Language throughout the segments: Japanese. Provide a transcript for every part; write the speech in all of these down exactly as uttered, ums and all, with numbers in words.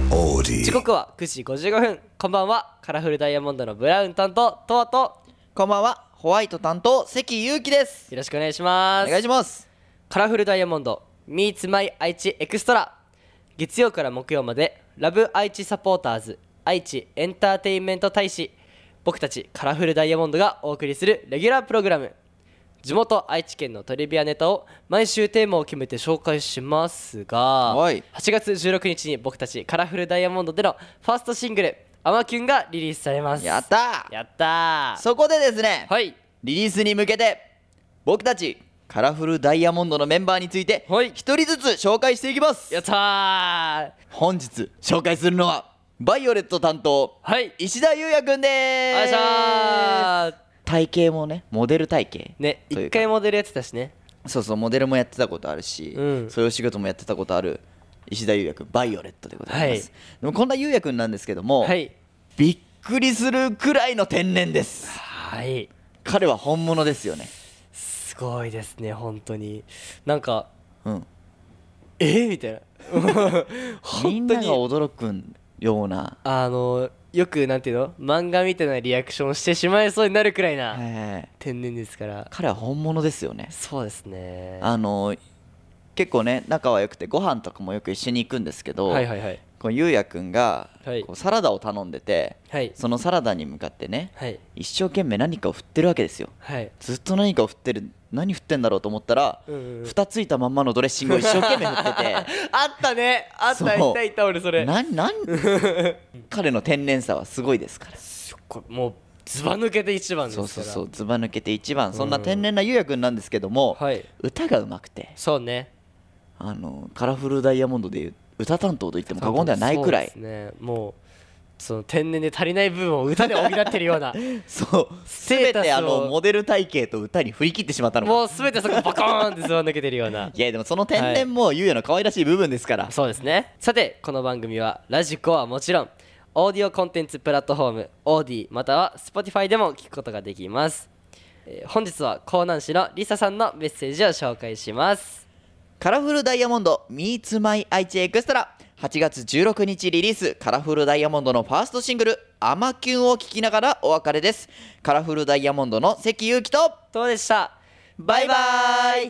時刻はくじごじゅうごふん。こんばんは。カラフルダイヤモンドのブラウン担当トワと、 こんばんは。ホワイト担当関ゆうきです。 よろしくお願いします。 お願いします。 カラフルダイヤモンド Meets My 愛知エクストラ、月曜から木曜までラブ愛知サポーターズ愛知エンターテインメント大使、僕たちカラフルダイヤモンドがお送りするレギュラープログラム。地元愛知県のトリビアネタを毎週テーマを決めて紹介しますが、 はい、 はちがつじゅうろくにちに僕たちカラフルダイヤモンドでのファーストシングル「アマキュン」がリリースされます。 やったーやったー。 そこでですね、 はい、 リリースに向けて僕たちカラフルダイヤモンドのメンバーについてはい一人ずつ紹介していきます。 やったー。 本日紹介するのはバイオレット担当、 はい、 石田優也くんでーす。 お願いします。 体型もね、モデル体型ね、一回モデルやってたしね。 そうそう、モデルもやってたことあるし、 うん、 そういうお仕事もやってたことある石田優也くん、バイオレットでございます、はい、でもこんな優也くんなんですけども、はい、びっくりするくらいの天然です。 はい、 彼は本物ですよね。 すごいですね、本当に。なんか、 うん、 えー、みたいなみんなが驚くような、 あのよくなんていうの、漫画みたいなリアクションしてしまいそうになるくらいな天然ですから。 彼は本物ですよね。 そうですね。 あの結構ね、仲は良くてご飯とかもよく一緒に行くんですけど、はいはいはい、こうゆうやくんがこうサラダを頼んでて、はい、そのサラダに向かってね、はい、一生懸命何かを振ってるわけですよ、はい、ずっと何かを振ってる。何振ってんだろうと思ったら、うんうん、蓋ついたまんまのドレッシングを一生懸命振っててあったね、あった、いたいた、俺それ。 ななん彼の天然さはすごいですから。 もうずば抜けて一番ですから。 そうそうそう、ずば抜けて一番、そんな天然なゆうやくんなんですけども、はい、歌がうまくて、 そうね、 あのカラフルダイヤモンドでいう歌担当と言っても過言ではないくらい。 そうですね、もうその天然で足りない部分を歌で補ってるようなそう全てあのモデル体型と歌に振り切ってしまったのか。 もう全てそこバコーンってずば抜けてるような。 いやでもその天然もゆうやの可愛らしい部分ですから、はい、 そうですね。さてこの番組はラジコはもちろんオーディオコンテンツプラットフォームオーディまたは Spotify でも聞くことができます、えー、本日は江南市のリサさんのメッセージを紹介します。 カラフルダイヤモンド Meets My 愛知エクストラ、はちがつじゅうろくにちリリース、カラフルダイヤモンドのファーストシングルアマキュンを聴きながらお別れです。カラフルダイヤモンドの関ゆうきとどうでした。 バイバーイ。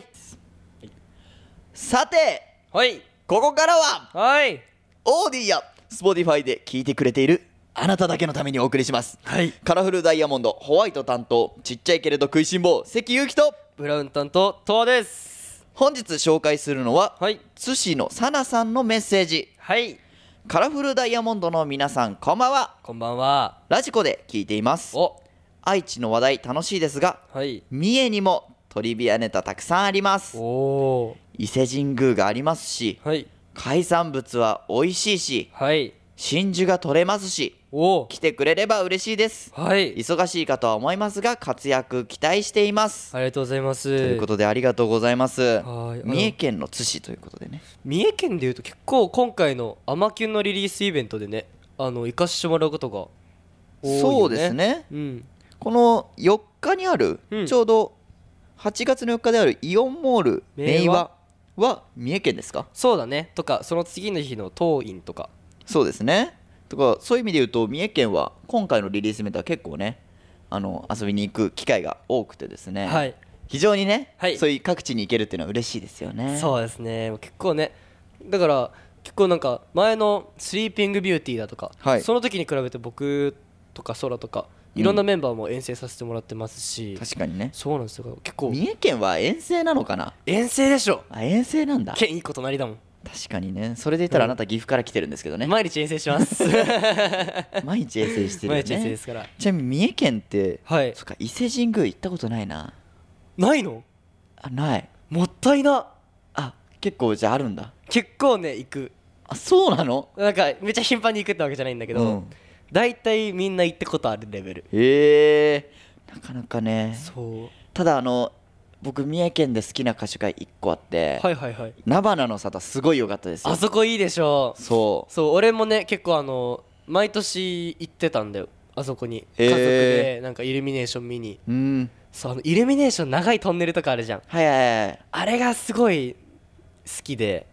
さて、 はい、 ここからは、 はい、 オーディや Spotify で聴いてくれているあなただけのためにお送りします、はい、カラフルダイヤモンドホワイト担当ちっちゃいけれど食いしん坊関ゆうきとブラウン担当トワです。 本日紹介するのは、 はい、 津市のサナさんのメッセージ。 はい、 カラフルダイヤモンドの皆さんこんばんは。 こんばんは。 ラジコで聞いています。お愛知の話題楽しいですが、はい、三重にもトリビアネタたくさんあります。お伊勢神宮がありますし、はい、海産物は美味しいし、はい、真珠が取れますし、お来てくれれば嬉しいです、はい、忙しいかとは思いますが活躍期待しています。 ありがとうございます。 ということでありがとうございます。はい、三重県の津市ということでね。 三重県でいうと結構今回のアマキュンのリリースイベントでね、あの行かしてもらうことが多いよね。 そうですね、うん、このよっかにある、うん、ちょうどはちがつのよっかであるイオンモール明和は三重県ですか。 そうだね、とかその次の日の東院とか。 そうですね、とかそういう意味で言うと三重県は今回のリリースイベントは結構ね、あの遊びに行く機会が多くてですね、はい、非常にね、はい、そういう各地に行けるっていうのは嬉しいですよね。 そうですね、結構ね、だから結構なんか前のスリーピングビューティーだとか、はい、その時に比べて僕とか空とかいろんなメンバーも遠征させてもらってますし、うん、 確かにね。 そうなんですよ。結構三重県は遠征なのかな。 遠征でしょ。 あ、遠征なんだ。 県いっこ隣だもん。 確かにね。それで言ったらあなた岐阜から来てるんですけどね、 うん、毎日遠征します毎日遠征してるよね。毎日遠征ですから。 ちなみに三重県って、はい、そっか、伊勢神宮行ったことないな。 ないの？ あ、ない。 もったいな。 あ、結構じゃああるんだ。 結構ね行く。 あ、そうなの？ なんかめっちゃ頻繁に行くってわけじゃないんだけど、うん、だいたいみんな行ったことあるレベル。 へえー、なかなかね。 そう。 ただあの僕三重県で好きな歌手がいっこあって、 はいはいはい、 菜花の沙汰すごい良かったですよ。 あそこいいでしょ。 そうそう、俺もね結構あの毎年行ってたんだよ、あそこに。家族でなんかイルミネーション見に、うん、そう、あのイルミネーション長いトンネルとかあるじゃん。 はいはいはい、 あれがすごい好きで、うん、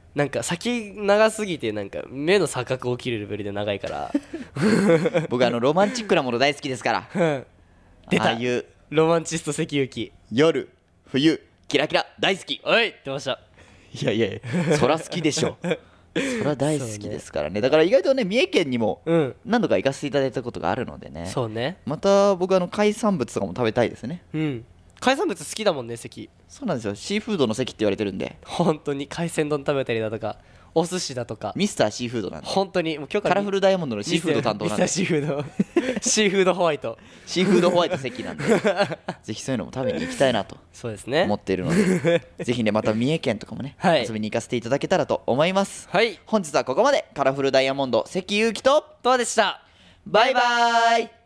なんか先長すぎてなんか目の錯覚起きるレベルで長いから僕あのロマンチックなもの大好きですから出た、 ああいうロマンチスト関行夜冬キラキラ大好き。 おい出ました。 いやいやそら好きでしょそら大好きですから ね, ねだから意外とね三重県にも何度か行かせていただいたことがあるのでね、 そうね、 また僕あの海産物とかも食べたいですね。 うん、海産物好きだもんね関。 そうなんですよ、シーフードの関って言われてるんで、 本当に海鮮丼食べたりだとかお寿司だとかミスターシーフードなんで、 本当にもう今日カラフルダイヤモンドのシーフード担当なんで、 ミスターシーフードシーフードホワイトシーフードホワイト関なんでぜひそういうのも食べに行きたいなとそうですね思っているのでぜひねまた三重県とかもね、はい、遊びに行かせていただけたらと思います。 はい、 本日はここまで。カラフルダイヤモンド関ゆうきととわでした。 バイバーイ。